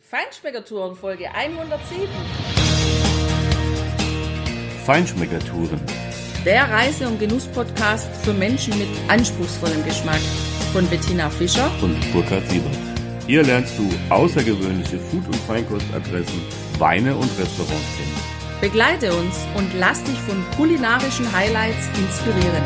Feinschmeckertouren Folge 107. Feinschmeckertouren. Der Reise- und Genuss-Podcast für Menschen mit anspruchsvollem Geschmack von Bettina Fischer Und Burkhard Siebert. Hier lernst du außergewöhnliche Food- und Feinkostadressen, Weine und Restaurants kennen. Begleite uns und lass dich von kulinarischen Highlights inspirieren.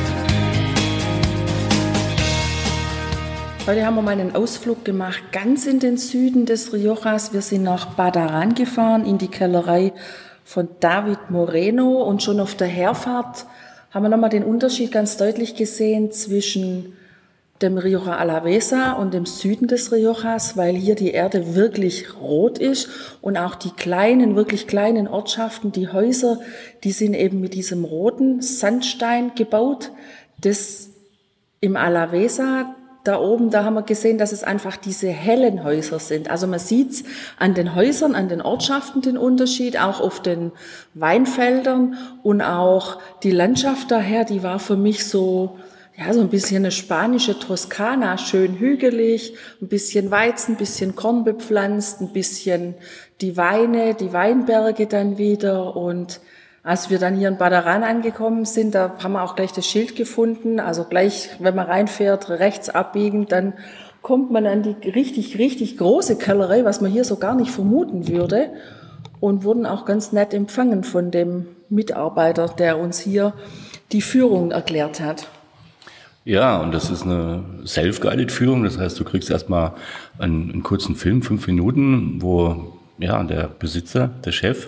Heute haben wir mal einen Ausflug gemacht, ganz in den Süden des Riojas. Wir sind nach Badarán gefahren, in die Kellerei von David Moreno. Und schon auf der Herfahrt haben wir nochmal den Unterschied ganz deutlich gesehen zwischen dem Rioja Alavesa und dem Süden des Riojas, weil hier die Erde wirklich rot ist und auch die kleinen, wirklich kleinen Ortschaften, die Häuser, die sind eben mit diesem roten Sandstein gebaut. Das im Alavesa, da oben, da haben wir gesehen, dass es einfach diese hellen Häuser sind. Also man sieht's an den Häusern, an den Ortschaften den Unterschied, auch auf den Weinfeldern und auch die Landschaft daher, die war für mich so, ja, so ein bisschen eine spanische Toskana, schön hügelig, ein bisschen Weizen, ein bisschen Korn bepflanzt, ein bisschen die Weine, die Weinberge dann wieder. Und als wir dann hier in Badarán angekommen sind, da haben wir auch gleich das Schild gefunden. Also gleich, wenn man reinfährt, rechts abbiegen, dann kommt man an die richtig, richtig große Kellerei, was man hier so gar nicht vermuten würde. Und wurden auch ganz nett empfangen von dem Mitarbeiter, der uns hier die Führung erklärt hat. Ja, und das ist eine Self-Guided-Führung. Das heißt, du kriegst erstmal einen kurzen Film, 5 Minuten, wo ja der Besitzer, der Chef,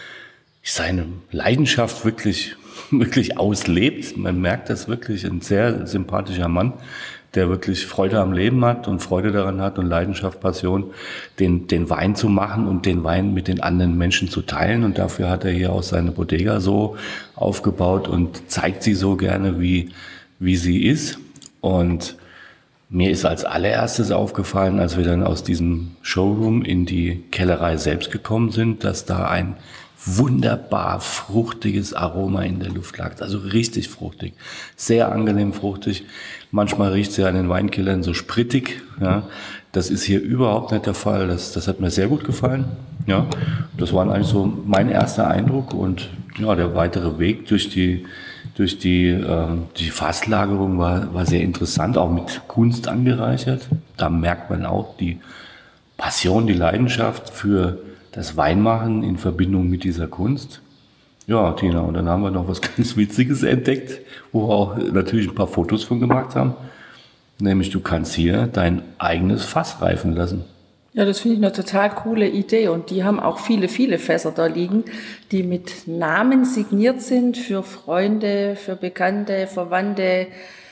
seine Leidenschaft wirklich auslebt. Man merkt das wirklich, ein sehr sympathischer Mann, der wirklich Freude am Leben hat und Freude daran hat und Leidenschaft, Passion, den Wein zu machen und den Wein mit den anderen Menschen zu teilen. Und dafür hat er hier auch seine Bodega so aufgebaut und zeigt sie so gerne, wie sie ist. Und mir ist als allererstes aufgefallen, als wir dann aus diesem Showroom in die Kellerei selbst gekommen sind, dass da ein wunderbar fruchtiges Aroma in der Luft lag. Also richtig fruchtig, sehr angenehm fruchtig. Manchmal riecht es ja an den Weinkellern so sprittig. Ja. Das ist hier überhaupt nicht der Fall. Das hat mir sehr gut gefallen. Ja. Das war eigentlich so mein erster Eindruck. Und ja, der weitere Weg durch die Fasslagerung war sehr interessant, auch mit Kunst angereichert. Da merkt man auch die Passion, die Leidenschaft für das Weinmachen in Verbindung mit dieser Kunst. Ja, Tina, und dann haben wir noch was ganz Witziges entdeckt, wo wir auch natürlich ein paar Fotos von gemacht haben. Nämlich, du kannst hier dein eigenes Fass reifen lassen. Ja, das finde ich eine total coole Idee und die haben auch viele, viele Fässer da liegen, die mit Namen signiert sind für Freunde, für Bekannte, Verwandte,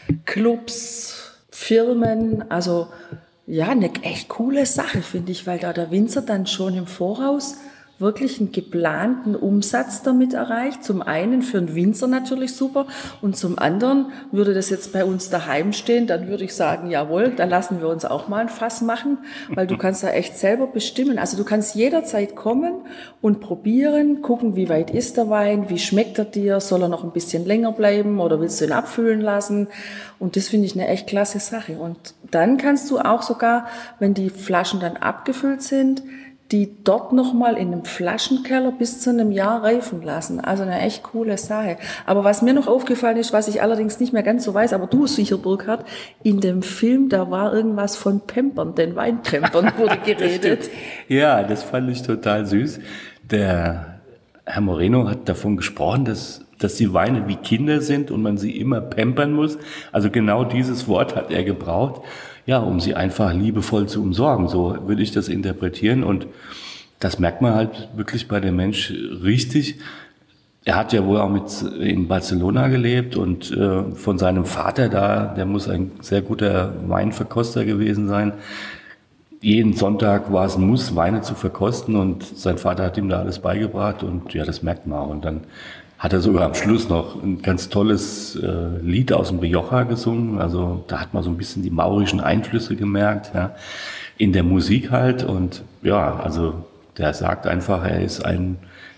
Clubs, Firmen. Also ja, eine echt coole Sache, finde ich, weil da der Winzer dann schon im Voraus wirklich einen geplanten Umsatz damit erreicht. Zum einen für den Winzer natürlich super und zum anderen würde das jetzt bei uns daheim stehen, dann würde ich sagen, jawohl, da lassen wir uns auch mal ein Fass machen, weil du kannst da echt selber bestimmen. Also du kannst jederzeit kommen und probieren, gucken, wie weit ist der Wein, wie schmeckt er dir, soll er noch ein bisschen länger bleiben oder willst du ihn abfüllen lassen? Und das finde ich eine echt klasse Sache. Und dann kannst du auch sogar, wenn die Flaschen dann abgefüllt sind, die dort nochmal in einem Flaschenkeller bis zu einem Jahr reifen lassen. Also eine echt coole Sache. Aber was mir noch aufgefallen ist, was ich allerdings nicht mehr ganz so weiß, aber du sicher, Burkhard, in dem Film, da war irgendwas von Pampern, den Weinpampern wurde geredet. Ja, das fand ich total süß. Der Herr Moreno hat davon gesprochen, dass die Weine wie Kinder sind und man sie immer pampern muss. Also genau dieses Wort hat er gebraucht. Ja, um sie einfach liebevoll zu umsorgen, so würde ich das interpretieren. Und das merkt man halt wirklich bei dem Mensch richtig. Er hat ja wohl auch in Barcelona gelebt und von seinem Vater da, der muss ein sehr guter Weinverkoster gewesen sein. Jeden Sonntag war es ein Muss, Weine zu verkosten und sein Vater hat ihm da alles beigebracht und ja, das merkt man auch. Und dann hat er sogar am Schluss noch ein ganz tolles Lied aus dem Rioja gesungen. Also da hat man so ein bisschen die maurischen Einflüsse gemerkt, ja, in der Musik halt. Und ja, also der sagt einfach, er ist ein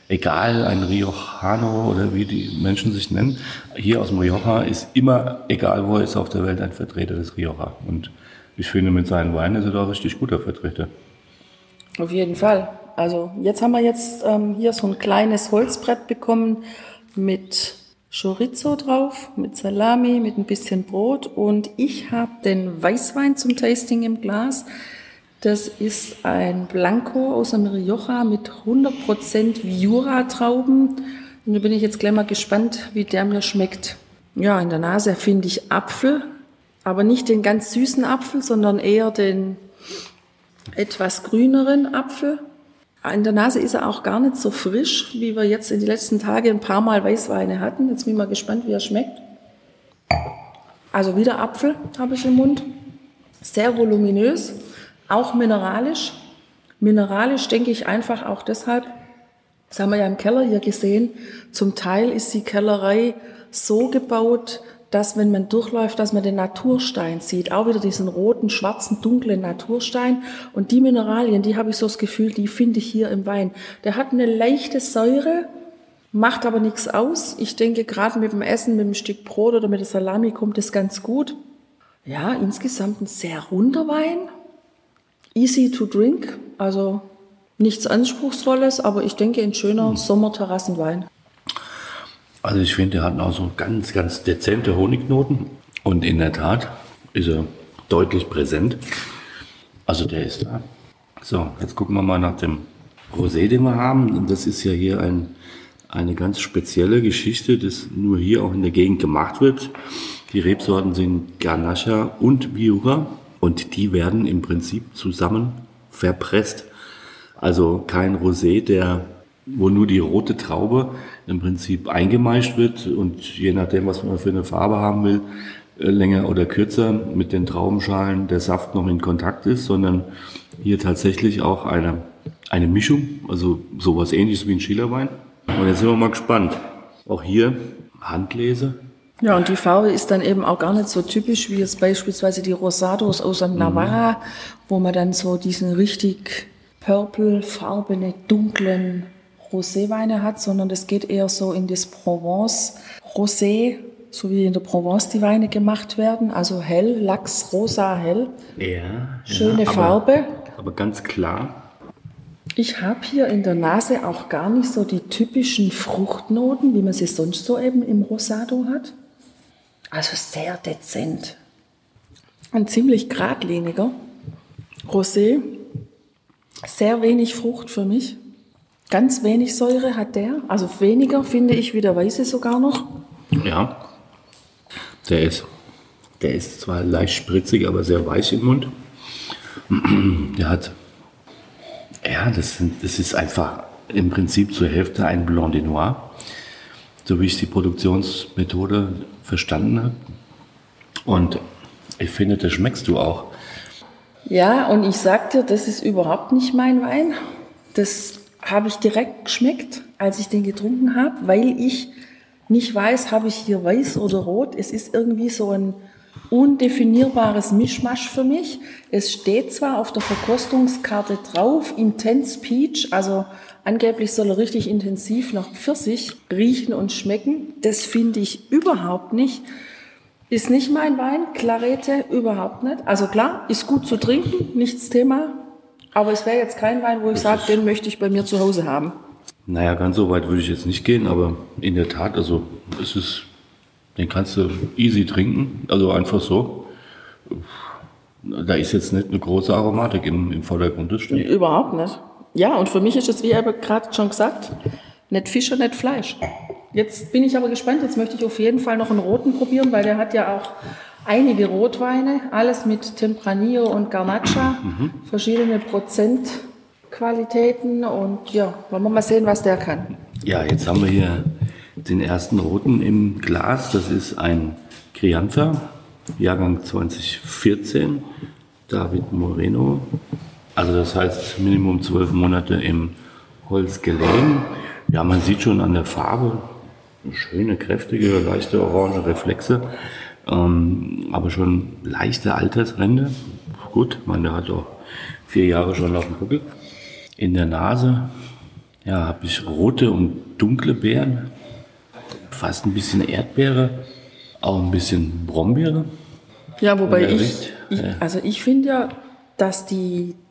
Riojano oder wie die Menschen sich nennen. Hier aus dem Rioja ist immer, egal wo er ist auf der Welt, ein Vertreter des Rioja. Und ich finde, mit seinen Weinen ist er da richtig guter Vertreter. Auf jeden Fall. Also jetzt haben wir hier so ein kleines Holzbrett bekommen mit Chorizo drauf, mit Salami, mit ein bisschen Brot und ich habe den Weißwein zum Tasting im Glas. Das ist ein Blanco aus dem Rioja mit 100% Viura-Trauben. Und da bin ich jetzt gleich mal gespannt, wie der mir schmeckt. Ja, in der Nase finde ich Apfel, aber nicht den ganz süßen Apfel, sondern eher den etwas grüneren Apfel. In der Nase ist er auch gar nicht so frisch, wie wir jetzt in den letzten Tagen ein paar Mal Weißweine hatten. Jetzt bin ich mal gespannt, wie er schmeckt. Also wieder Apfel habe ich im Mund. Sehr voluminös, auch mineralisch. Mineralisch denke ich einfach auch deshalb, das haben wir ja im Keller hier gesehen, zum Teil ist die Kellerei so gebaut, dass wenn man durchläuft, dass man den Naturstein sieht, auch wieder diesen roten, schwarzen, dunklen Naturstein. Und die Mineralien, die habe ich so das Gefühl, die finde ich hier im Wein. Der hat eine leichte Säure, macht aber nichts aus. Ich denke, gerade mit dem Essen, mit einem Stück Brot oder mit der Salami kommt das ganz gut. Ja, insgesamt ein sehr runder Wein. Easy to drink, also nichts Anspruchsvolles, aber ich denke, ein schöner Sommerterrassenwein. Also ich finde, der hat auch so ganz, ganz dezente Honignoten und in der Tat ist er deutlich präsent. Also der ist da. So, jetzt gucken wir mal nach dem Rosé, den wir haben. Und das ist ja hier eine ganz spezielle Geschichte, das nur hier auch in der Gegend gemacht wird. Die Rebsorten sind Garnacha und Viura und die werden im Prinzip zusammen verpresst. Also kein Rosé, wo nur die rote Traube im Prinzip eingemeischt wird und je nachdem, was man für eine Farbe haben will, länger oder kürzer mit den Traubenschalen der Saft noch in Kontakt ist, sondern hier tatsächlich auch eine Mischung, also sowas Ähnliches wie ein Schillerwein. Und jetzt sind wir mal gespannt. Auch hier Handlese. Ja, und die Farbe ist dann eben auch gar nicht so typisch wie jetzt beispielsweise die Rosados aus dem Navarra, wo man dann so diesen richtig purple-farbene, dunklen Roséweine hat, sondern das geht eher so in das Provence-Rosé, so wie in der Provence die Weine gemacht werden, also hell, Lachs, rosa, hell. Ja, schöne Farbe. Aber ganz klar. Ich habe hier in der Nase auch gar nicht so die typischen Fruchtnoten, wie man sie sonst so eben im Rosado hat. Also sehr dezent. Ein ziemlich geradliniger Rosé. Sehr wenig Frucht für mich. Ganz wenig Säure hat der. Also weniger finde ich wie der Weiße sogar noch. Ja, der ist zwar leicht spritzig, aber sehr weich im Mund. Der hat, ja, das ist einfach im Prinzip zur Hälfte ein Blanc de Noir, so wie ich die Produktionsmethode verstanden habe. Und ich finde, das schmeckst du auch. Ja, und ich sag dir, das ist überhaupt nicht mein Wein. Das habe ich direkt geschmeckt, als ich den getrunken habe, weil ich nicht weiß, habe ich hier weiß oder rot. Es ist irgendwie so ein undefinierbares Mischmasch für mich. Es steht zwar auf der Verkostungskarte drauf, Intense Peach, also angeblich soll er richtig intensiv nach Pfirsich riechen und schmecken. Das finde ich überhaupt nicht. Ist nicht mein Wein, Clarete überhaupt nicht. Also klar, ist gut zu trinken, nichts Thema. Aber es wäre jetzt kein Wein, wo ich sage, den möchte ich bei mir zu Hause haben. Naja, ganz so weit würde ich jetzt nicht gehen, aber in der Tat, also den kannst du easy trinken, also einfach so. Da ist jetzt nicht eine große Aromatik im Vordergrund, das stimmt. Überhaupt nicht. Ja, und für mich ist es, wie aber gerade schon gesagt, nicht Fisch und nicht Fleisch. Jetzt bin ich aber gespannt, jetzt möchte ich auf jeden Fall noch einen roten probieren, weil der hat ja auch einige Rotweine, alles mit Tempranillo und Garnacha, verschiedene Prozentqualitäten und ja, wollen wir mal sehen, was der kann. Ja, jetzt haben wir hier den ersten roten im Glas, das ist ein Crianza, Jahrgang 2014, David Moreno, also das heißt Minimum 12 Monate im Holz gelegen. Ja, man sieht schon an der Farbe, eine schöne, kräftige, leichte orange Reflexe. Aber schon leichte Altersrinde. Gut, der hat auch 4 Jahre schon auf dem Buckel. In der Nase habe ich rote und dunkle Beeren, fast ein bisschen Erdbeere, auch ein bisschen Brombeere. Ja, wobei ich finde ja, dass die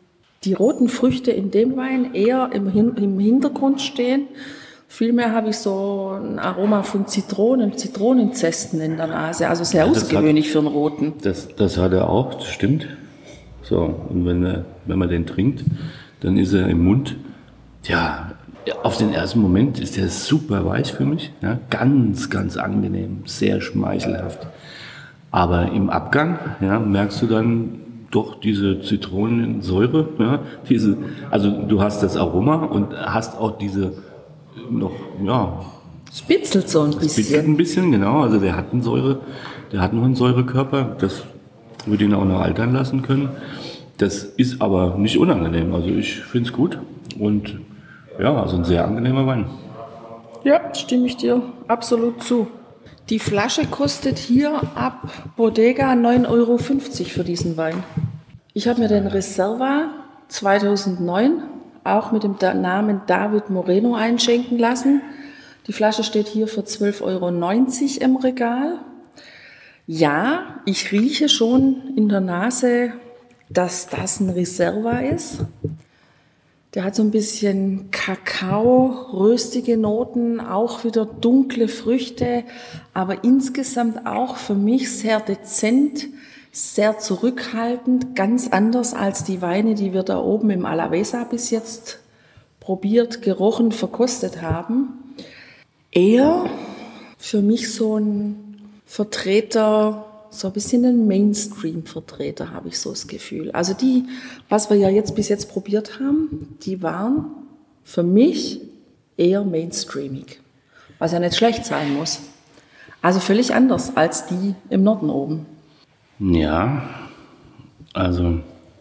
die roten Früchte in dem Wein eher im Hintergrund stehen. Vielmehr habe ich so ein Aroma von Zitronenzesten in der Nase, also sehr ausgewöhnlich für einen roten. Das hat er auch, das stimmt. So, und wenn man den trinkt, dann ist er im Mund, ja, auf den ersten Moment ist der super weich für mich, ja, ganz, ganz angenehm, sehr schmeichelhaft. Aber im Abgang, ja, merkst du dann doch diese Zitronensäure, ja, also du hast das Aroma und hast auch diese noch, ja. Spitzelt so ein bisschen. Spitzelt ein bisschen, genau, also der hat noch einen Säurekörper, das würde ihn auch noch altern lassen können. Das ist aber nicht unangenehm, also ich finde es gut und ja, also ein sehr angenehmer Wein. Ja, stimme ich dir absolut zu. Die Flasche kostet hier ab Bodega 9,50 Euro für diesen Wein. Ich habe mir den Reserva 2009 auch mit dem Namen David Moreno einschenken lassen. Die Flasche steht hier für 12,90 Euro im Regal. Ja, ich rieche schon in der Nase, dass das ein Reserva ist. Der hat so ein bisschen Kakao, röstige Noten, auch wieder dunkle Früchte, aber insgesamt auch für mich sehr dezent, sehr zurückhaltend, ganz anders als die Weine, die wir da oben im Alavesa bis jetzt probiert, gerochen, verkostet haben. Eher für mich so ein Vertreter, so ein bisschen ein Mainstream-Vertreter, habe ich so das Gefühl. Also die, was wir ja jetzt bis jetzt probiert haben, die waren für mich eher mainstreamig, was ja nicht schlecht sein muss. Also völlig anders als die im Norden oben. Ja, also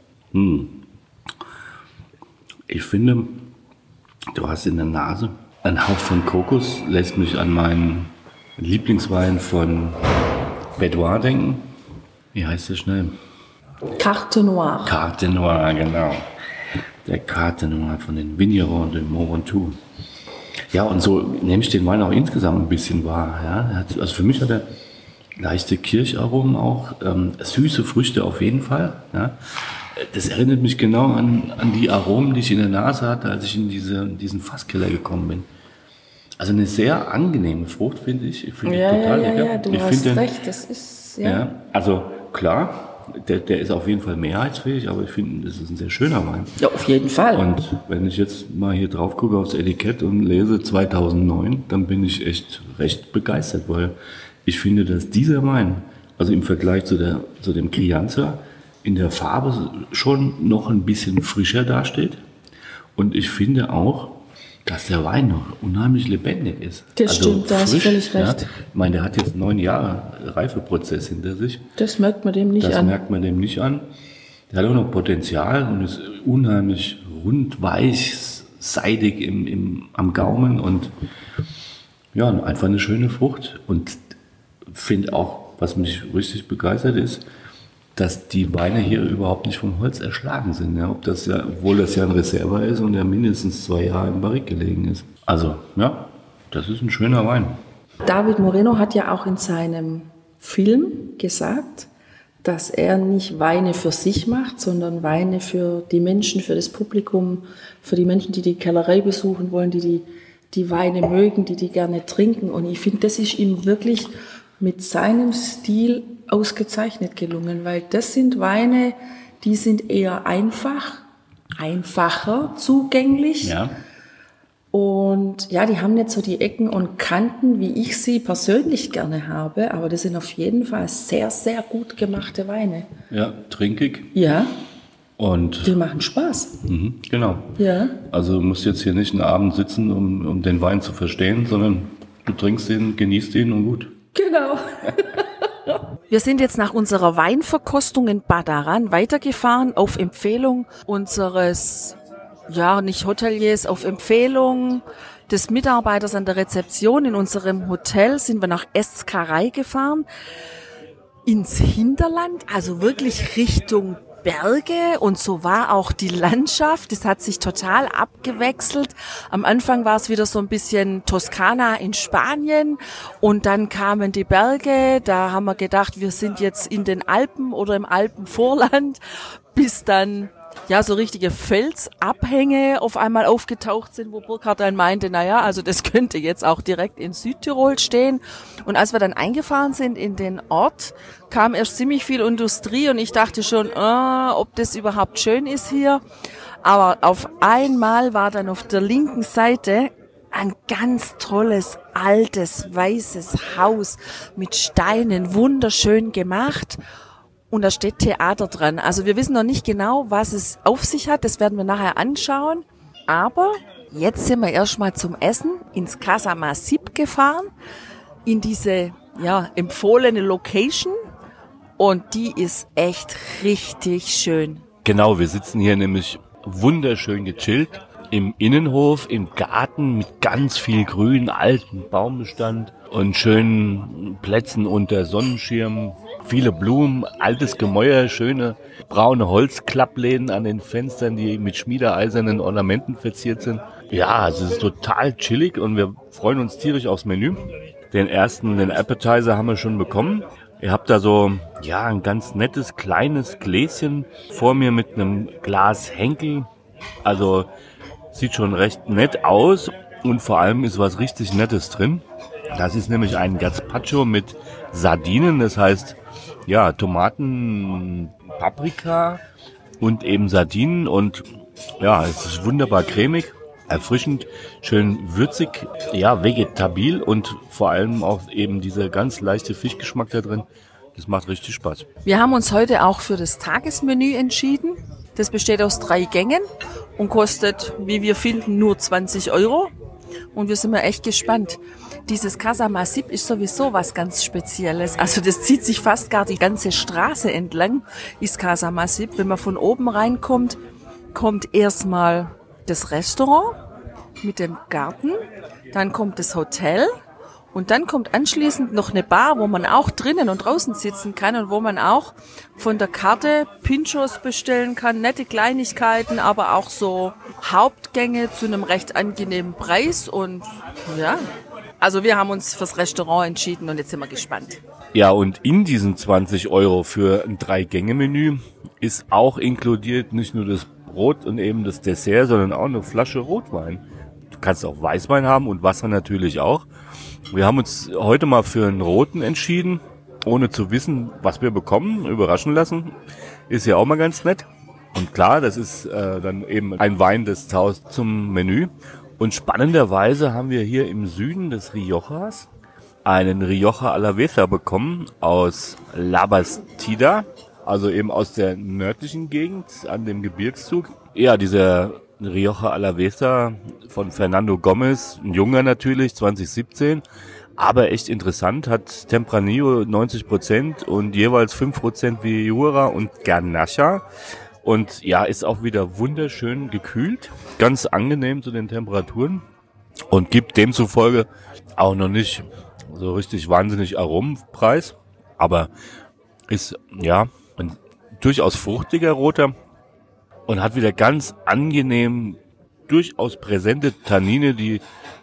ich finde, du hast in der Nase ein Hauch von Kokos, lässt mich an meinen Lieblingswein von Bedouin denken. Wie heißt der schnell? Carte Noire. Carte Noire, genau. Der Carte Noire von den Vignerons de Mont Ventoux. Ja, und so nehme ich den Wein auch insgesamt ein bisschen wahr. Ja? Also für mich hat er leichte Kircharomen auch, süße Früchte auf jeden Fall. Ja? Das erinnert mich genau an die Aromen, die ich in der Nase hatte, als ich in diesen Fasskeller gekommen bin. Also eine sehr angenehme Frucht, finde ich. Ich finde total lecker. Ja, du hast recht, das ist, ja. Also klar, der ist auf jeden Fall mehrheitsfähig, aber ich finde, das ist ein sehr schöner Wein. Ja, auf jeden Fall. Und wenn ich jetzt mal hier drauf gucke aufs Etikett und lese 2009, dann bin ich echt recht begeistert, weil ich finde, dass dieser Wein, also im Vergleich zu dem Crianza, in der Farbe schon noch ein bisschen frischer dasteht. Und ich finde auch, dass der Wein noch unheimlich lebendig ist. Das stimmt, da hast du völlig recht. Ja. Ich meine, der hat jetzt 9 Jahre Reifeprozess hinter sich. Das merkt man dem nicht an. Das merkt man dem nicht an. Der hat auch noch Potenzial und ist unheimlich rund, weich, seidig am Gaumen und ja, einfach eine schöne Frucht. Und finde auch, was mich richtig begeistert ist, dass die Weine hier überhaupt nicht vom Holz erschlagen sind. Ja, obwohl das ja ein Reserva ist und der mindestens 2 Jahre im Barrique gelegen ist. Also, ja, das ist ein schöner Wein. David Moreno hat ja auch in seinem Film gesagt, dass er nicht Weine für sich macht, sondern Weine für die Menschen, für das Publikum, für die Menschen, die die Kellerei besuchen wollen, die Weine mögen, die gerne trinken. Und ich finde, das ist ihm wirklich mit seinem Stil ausgezeichnet gelungen, weil das sind Weine, die sind eher einfacher zugänglich. Ja. Und ja, die haben nicht so die Ecken und Kanten, wie ich sie persönlich gerne habe, aber das sind auf jeden Fall sehr, sehr gut gemachte Weine. Ja, trinkig. Ja. Und die machen Spaß. Genau. Ja. Also du musst jetzt hier nicht einen Abend sitzen, um den Wein zu verstehen, sondern du trinkst ihn, genießt ihn und gut. Genau. Wir sind jetzt nach unserer Weinverkostung in Badaran weitergefahren auf Empfehlung unseres, ja, nicht Hoteliers, auf Empfehlung des Mitarbeiters an der Rezeption in unserem Hotel sind wir nach Ezcaray gefahren, ins Hinterland, also wirklich Richtung Berge, und so war auch die Landschaft. Das hat sich total abgewechselt. Am Anfang war es wieder so ein bisschen Toskana in Spanien und dann kamen die Berge. Da haben wir gedacht, wir sind jetzt in den Alpen oder im Alpenvorland, bis dann ja, so richtige Felsabhänge auf einmal aufgetaucht sind, wo Burkhard dann meinte, naja, also das könnte jetzt auch direkt in Südtirol stehen. Und als wir dann eingefahren sind in den Ort, kam erst ziemlich viel Industrie und ich dachte schon, ob das überhaupt schön ist hier. Aber auf einmal war dann auf der linken Seite ein ganz tolles, altes, weißes Haus mit Steinen, wunderschön gemacht. Und da steht Theater dran. Also wir wissen noch nicht genau, was es auf sich hat. Das werden wir nachher anschauen. Aber jetzt sind wir erstmal zum Essen ins Casa Masip gefahren. In diese, empfohlene Location. Und die ist echt richtig schön. Genau, wir sitzen hier nämlich wunderschön gechillt im Innenhof, im Garten mit ganz viel Grün, alten Baumbestand und schönen Plätzen unter Sonnenschirmen. Viele Blumen, altes Gemäuer, schöne braune Holzklappläden an den Fenstern, die mit schmiedeeisernen Ornamenten verziert sind. Ja, es ist total chillig und wir freuen uns tierisch aufs Menü. Den Appetizer haben wir schon bekommen. Ihr habt da so, ein ganz nettes, kleines Gläschen vor mir mit einem Glas Henkel. Also, sieht schon recht nett aus und vor allem ist was richtig Nettes drin. Das ist nämlich ein Gazpacho mit Sardinen, das heißt, Tomaten, Paprika und eben Sardinen und es ist wunderbar cremig, erfrischend, schön würzig, vegetabil und vor allem auch eben dieser ganz leichte Fischgeschmack da drin. Das macht richtig Spaß. Wir haben uns heute auch für das Tagesmenü entschieden. Das besteht aus 3 Gängen und kostet, wie wir finden, nur 20 €. Und wir sind mal echt gespannt. Dieses Casa Masip ist sowieso was ganz Spezielles. Also das zieht sich fast gar die ganze Straße entlang, ist Casa Masip. Wenn man von oben reinkommt, kommt erstmal das Restaurant mit dem Garten, dann kommt das Hotel und dann kommt anschließend noch eine Bar, wo man auch drinnen und draußen sitzen kann und wo man auch von der Karte Pinchos bestellen kann, nette Kleinigkeiten, aber auch so Hauptgänge zu einem recht angenehmen Preis und also wir haben uns fürs Restaurant entschieden und jetzt sind wir gespannt. Ja, und in diesen 20 € für ein 3-Gänge-Menü ist auch inkludiert nicht nur das Brot und eben das Dessert, sondern auch eine Flasche Rotwein. Du kannst auch Weißwein haben und Wasser natürlich auch. Wir haben uns heute mal für einen roten entschieden, ohne zu wissen, was wir bekommen. Überraschen lassen, ist ja auch mal ganz nett. Und klar, das ist dann eben ein Wein des Taus zum Menü. Und spannenderweise haben wir hier im Süden des Riojas einen Rioja Alavesa bekommen aus La Bastida, also eben aus der nördlichen Gegend an dem Gebirgszug. Ja, dieser Rioja Alavesa von Fernando Gomez, ein Junger natürlich, 2017, aber echt interessant, hat Tempranillo 90% und jeweils 5% Viura und Garnacha. Und ist auch wieder wunderschön gekühlt, ganz angenehm zu den Temperaturen und gibt demzufolge auch noch nicht so richtig wahnsinnig Aromenpreis, aber ist ein durchaus fruchtiger roter und hat wieder ganz angenehm, durchaus präsente Tannine, die,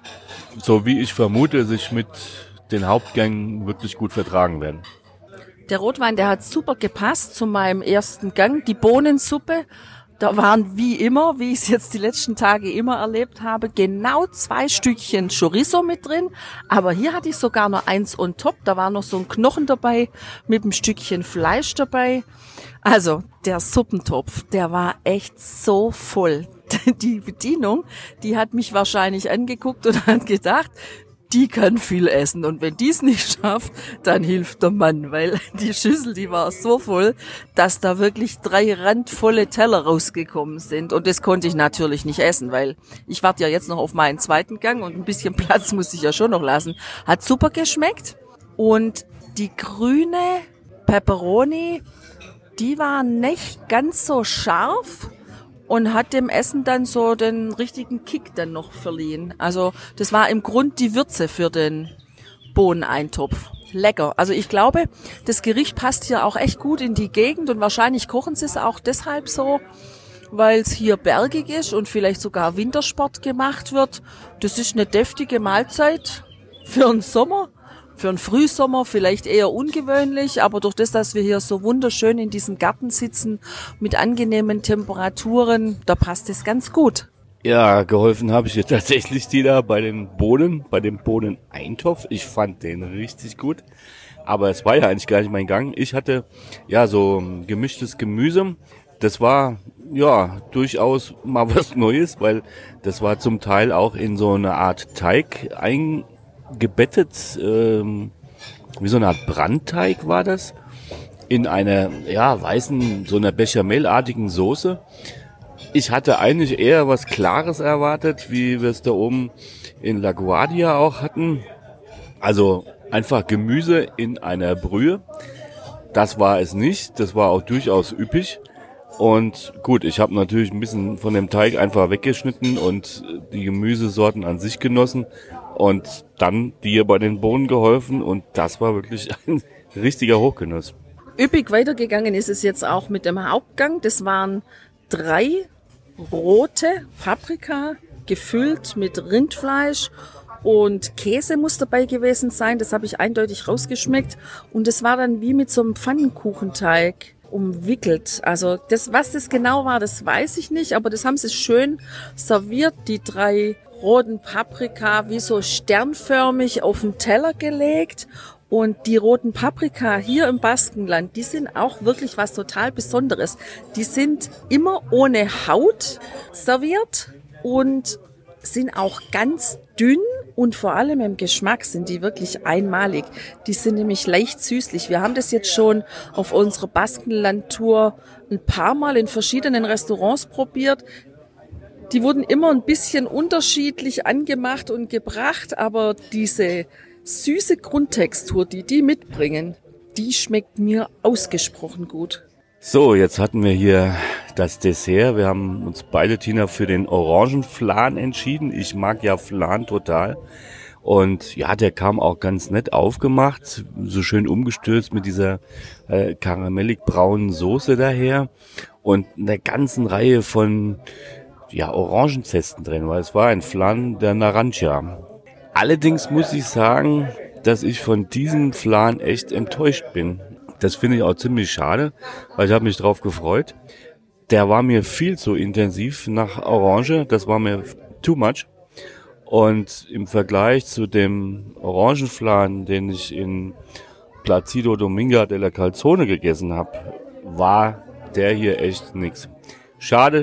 so wie ich vermute, sich mit den Hauptgängen wirklich gut vertragen werden. Der Rotwein, der hat super gepasst zu meinem ersten Gang. Die Bohnensuppe, da waren wie immer, wie ich es jetzt die letzten Tage immer erlebt habe, genau 2 Stückchen Chorizo mit drin. Aber hier hatte ich sogar noch eins on top. Da war noch so ein Knochen dabei mit einem Stückchen Fleisch dabei. Also der Suppentopf, der war echt so voll. Die Bedienung, die hat mich wahrscheinlich angeguckt und hat gedacht, die kann viel essen und wenn die es nicht schafft, dann hilft der Mann, weil die Schüssel, die war so voll, dass da wirklich 3 randvolle Teller rausgekommen sind und das konnte ich natürlich nicht essen, weil ich warte ja jetzt noch auf meinen zweiten Gang und ein bisschen Platz muss ich ja schon noch lassen. Hat super geschmeckt und die grüne Pepperoni, die war nicht ganz so scharf und hat dem Essen dann so den richtigen Kick dann noch verliehen. Also das war im Grund die Würze für den Bohneneintopf. Lecker. Also ich glaube, das Gericht passt hier auch echt gut in die Gegend und wahrscheinlich kochen sie es auch deshalb so, weil es hier bergig ist und vielleicht sogar Wintersport gemacht wird. Das ist eine deftige Mahlzeit für den Sommer, Für einen Frühsommer vielleicht eher ungewöhnlich, aber durch das, dass wir hier so wunderschön in diesem Garten sitzen, mit angenehmen Temperaturen, da passt es ganz gut. Ja, geholfen habe ich jetzt tatsächlich dir da bei dem Bohneneintopf. Ich fand den richtig gut. Aber es war ja eigentlich gar nicht mein Gang. Ich hatte ja so gemischtes Gemüse. Das war ja durchaus mal was Neues, weil das war zum Teil auch in so eine Art Teig eingebettet. Wie so eine Art Brandteig war das. In einer weißen, so einer Bechamelartigen Soße. Ich hatte eigentlich eher was Klares erwartet, wie wir es da oben in La Guardia auch hatten. Also einfach Gemüse in einer Brühe. Das war es nicht. Das war auch durchaus üppig. Und gut, ich habe natürlich ein bisschen von dem Teig einfach weggeschnitten und die Gemüsesorten an sich genossen und dann dir bei den Bohnen geholfen. Und das war wirklich ein richtiger Hochgenuss. Üppig weitergegangen ist es jetzt auch mit dem Hauptgang. Das waren 3 rote Paprika, gefüllt mit Rindfleisch und Käse muss dabei gewesen sein. Das habe ich eindeutig rausgeschmeckt. Und das war dann wie mit so einem Pfannenkuchenteig umwickelt. Also was das genau war, das weiß ich nicht, aber das haben sie schön serviert, die 3 roten Paprika wie so sternförmig auf den Teller gelegt. Und die roten Paprika hier im Baskenland, die sind auch wirklich was total Besonderes. Die sind immer ohne Haut serviert und sind auch ganz dünn und vor allem im Geschmack sind die wirklich einmalig. Die sind nämlich leicht süßlich. Wir haben das jetzt schon auf unserer Baskenland-Tour ein paar Mal in verschiedenen Restaurants probiert. Die wurden immer ein bisschen unterschiedlich angemacht und gebracht, aber diese süße Grundtextur, die mitbringen, die schmeckt mir ausgesprochen gut. So, jetzt hatten wir hier das Dessert. Wir haben uns beide, Tina, für den Orangenflan entschieden. Ich mag ja Flan total. Und ja, der kam auch ganz nett aufgemacht, so schön umgestürzt mit dieser karamellig braunen Soße daher und einer ganzen Reihe von Orangenzesten drin, weil es war ein Flan der Naranja. Allerdings muss ich sagen, dass ich von diesem Flan echt enttäuscht bin. Das finde ich auch ziemlich schade, weil ich habe mich drauf gefreut. Der war mir viel zu intensiv nach Orange, das war mir too much. Und im Vergleich zu dem Orangenflan, den ich in Placido Dominga de la Calzone gegessen habe, war der hier echt nix. Schade,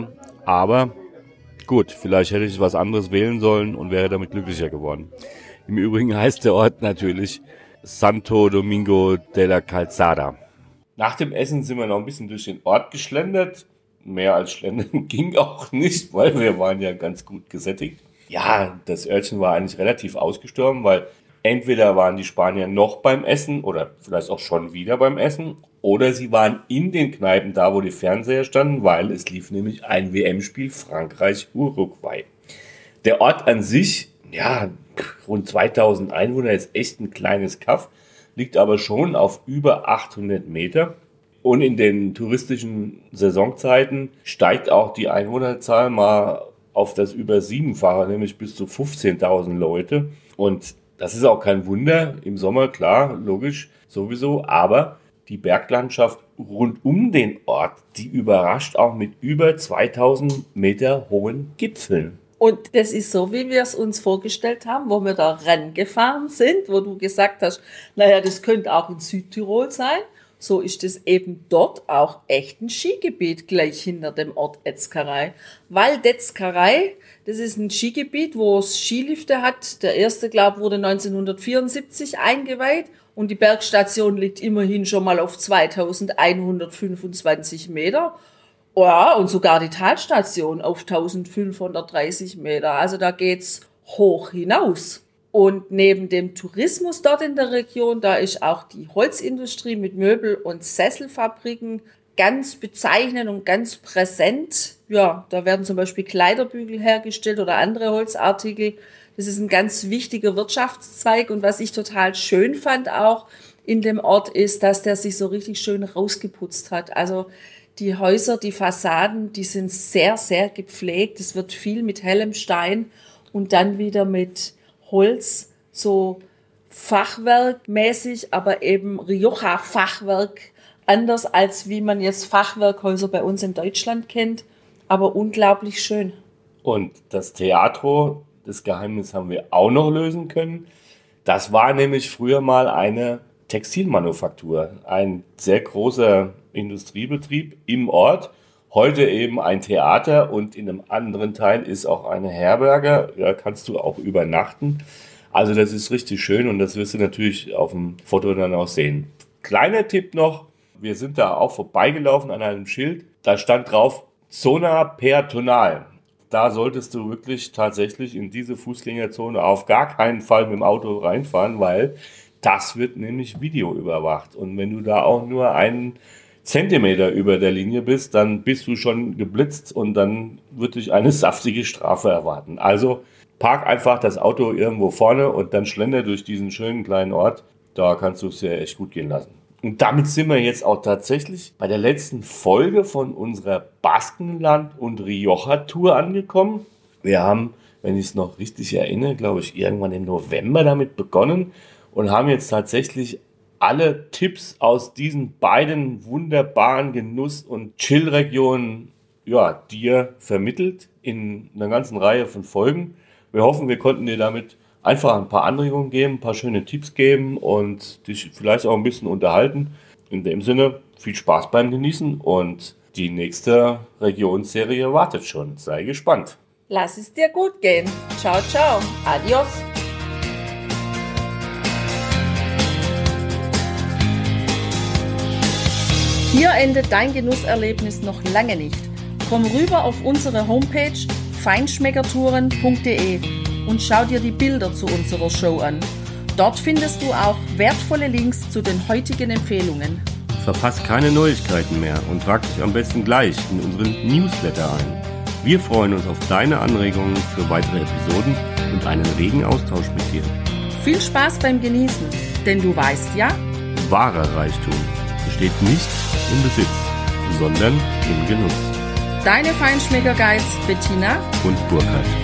aber gut, vielleicht hätte ich was anderes wählen sollen und wäre damit glücklicher geworden. Im Übrigen heißt der Ort natürlich Santo Domingo de la Calzada. Nach dem Essen sind wir noch ein bisschen durch den Ort geschlendert. Mehr als schlendern ging auch nicht, weil wir waren ja ganz gut gesättigt. Ja, das Örtchen war eigentlich relativ ausgestorben, weil entweder waren die Spanier noch beim Essen oder vielleicht auch schon wieder beim Essen oder sie waren in den Kneipen da, wo die Fernseher standen, weil es lief nämlich ein WM-Spiel Frankreich-Uruguay. Der Ort an sich, ja, rund 2000 Einwohner, ist echt ein kleines Kaff, liegt aber schon auf über 800 Meter. Und in den touristischen Saisonzeiten steigt auch die Einwohnerzahl mal auf das über 7-fache, nämlich bis zu 15.000 Leute. Und das ist auch kein Wunder, im Sommer, klar, logisch, sowieso, aber die Berglandschaft rund um den Ort, die überrascht auch mit über 2000 Meter hohen Gipfeln. Und das ist so, wie wir es uns vorgestellt haben, wo wir da rangefahren sind, wo du gesagt hast, naja, das könnte auch in Südtirol sein. So ist es eben dort auch echt ein Skigebiet gleich hinter dem Ort Etzkerei. Weil Etzkerei, das ist ein Skigebiet, wo es Skilifte hat. Der erste, glaube ich, wurde 1974 eingeweiht und die Bergstation liegt immerhin schon mal auf 2125 Meter. Ja, und sogar die Talstation auf 1530 Meter. Also da geht's hoch hinaus. Und neben dem Tourismus dort in der Region, da ist auch die Holzindustrie mit Möbel- und Sesselfabriken ganz bezeichnend und ganz präsent. Ja, da werden zum Beispiel Kleiderbügel hergestellt oder andere Holzartikel. Das ist ein ganz wichtiger Wirtschaftszweig. Und was ich total schön fand auch in dem Ort ist, dass der sich so richtig schön rausgeputzt hat. Also die Häuser, die Fassaden, die sind sehr, sehr gepflegt. Es wird viel mit hellem Stein und dann wieder mit Holz so fachwerkmäßig, aber eben Rioja-Fachwerk, anders als wie man jetzt Fachwerkhäuser bei uns in Deutschland kennt, aber unglaublich schön. Und das Teatro, das Geheimnis haben wir auch noch lösen können. Das war nämlich früher mal eine Textilmanufaktur, ein sehr großer Industriebetrieb im Ort. Heute eben ein Theater und in einem anderen Teil ist auch eine Herberge. Da kannst du auch übernachten. Also das ist richtig schön und das wirst du natürlich auf dem Foto dann auch sehen. Kleiner Tipp noch, wir sind da auch vorbeigelaufen an einem Schild. Da stand drauf, Zona Peatonal. Da solltest du wirklich tatsächlich in diese Fußgängerzone auf gar keinen Fall mit dem Auto reinfahren, weil das wird nämlich videoüberwacht. Und wenn du da auch nur einen Zentimeter über der Linie bist, dann bist du schon geblitzt und dann wird dich eine saftige Strafe erwarten. Also park einfach das Auto irgendwo vorne und dann schlender durch diesen schönen kleinen Ort. Da kannst du es dir echt gut gehen lassen. Und damit sind wir jetzt auch tatsächlich bei der letzten Folge von unserer Baskenland- und Rioja-Tour angekommen. Wir haben, wenn ich es noch richtig erinnere, glaube ich, irgendwann im November damit begonnen und haben jetzt tatsächlich alle Tipps aus diesen beiden wunderbaren Genuss- und Chill-Regionen dir vermittelt in einer ganzen Reihe von Folgen. Wir hoffen, wir konnten dir damit einfach ein paar Anregungen geben, ein paar schöne Tipps geben und dich vielleicht auch ein bisschen unterhalten. In dem Sinne, viel Spaß beim Genießen und die nächste Regionsserie wartet schon. Sei gespannt. Lass es dir gut gehen. Ciao, ciao. Adios. Hier endet dein Genusserlebnis noch lange nicht. Komm rüber auf unsere Homepage feinschmeckertouren.de und schau dir die Bilder zu unserer Show an. Dort findest du auch wertvolle Links zu den heutigen Empfehlungen. Verpasst keine Neuigkeiten mehr und trag dich am besten gleich in unseren Newsletter ein. Wir freuen uns auf deine Anregungen für weitere Episoden und einen regen Austausch mit dir. Viel Spaß beim Genießen, denn du weißt ja, wahrer Reichtum besteht nicht im Besitz, sondern im Genuss. Deine Feinschmecker-Guides Bettina und Burkhard.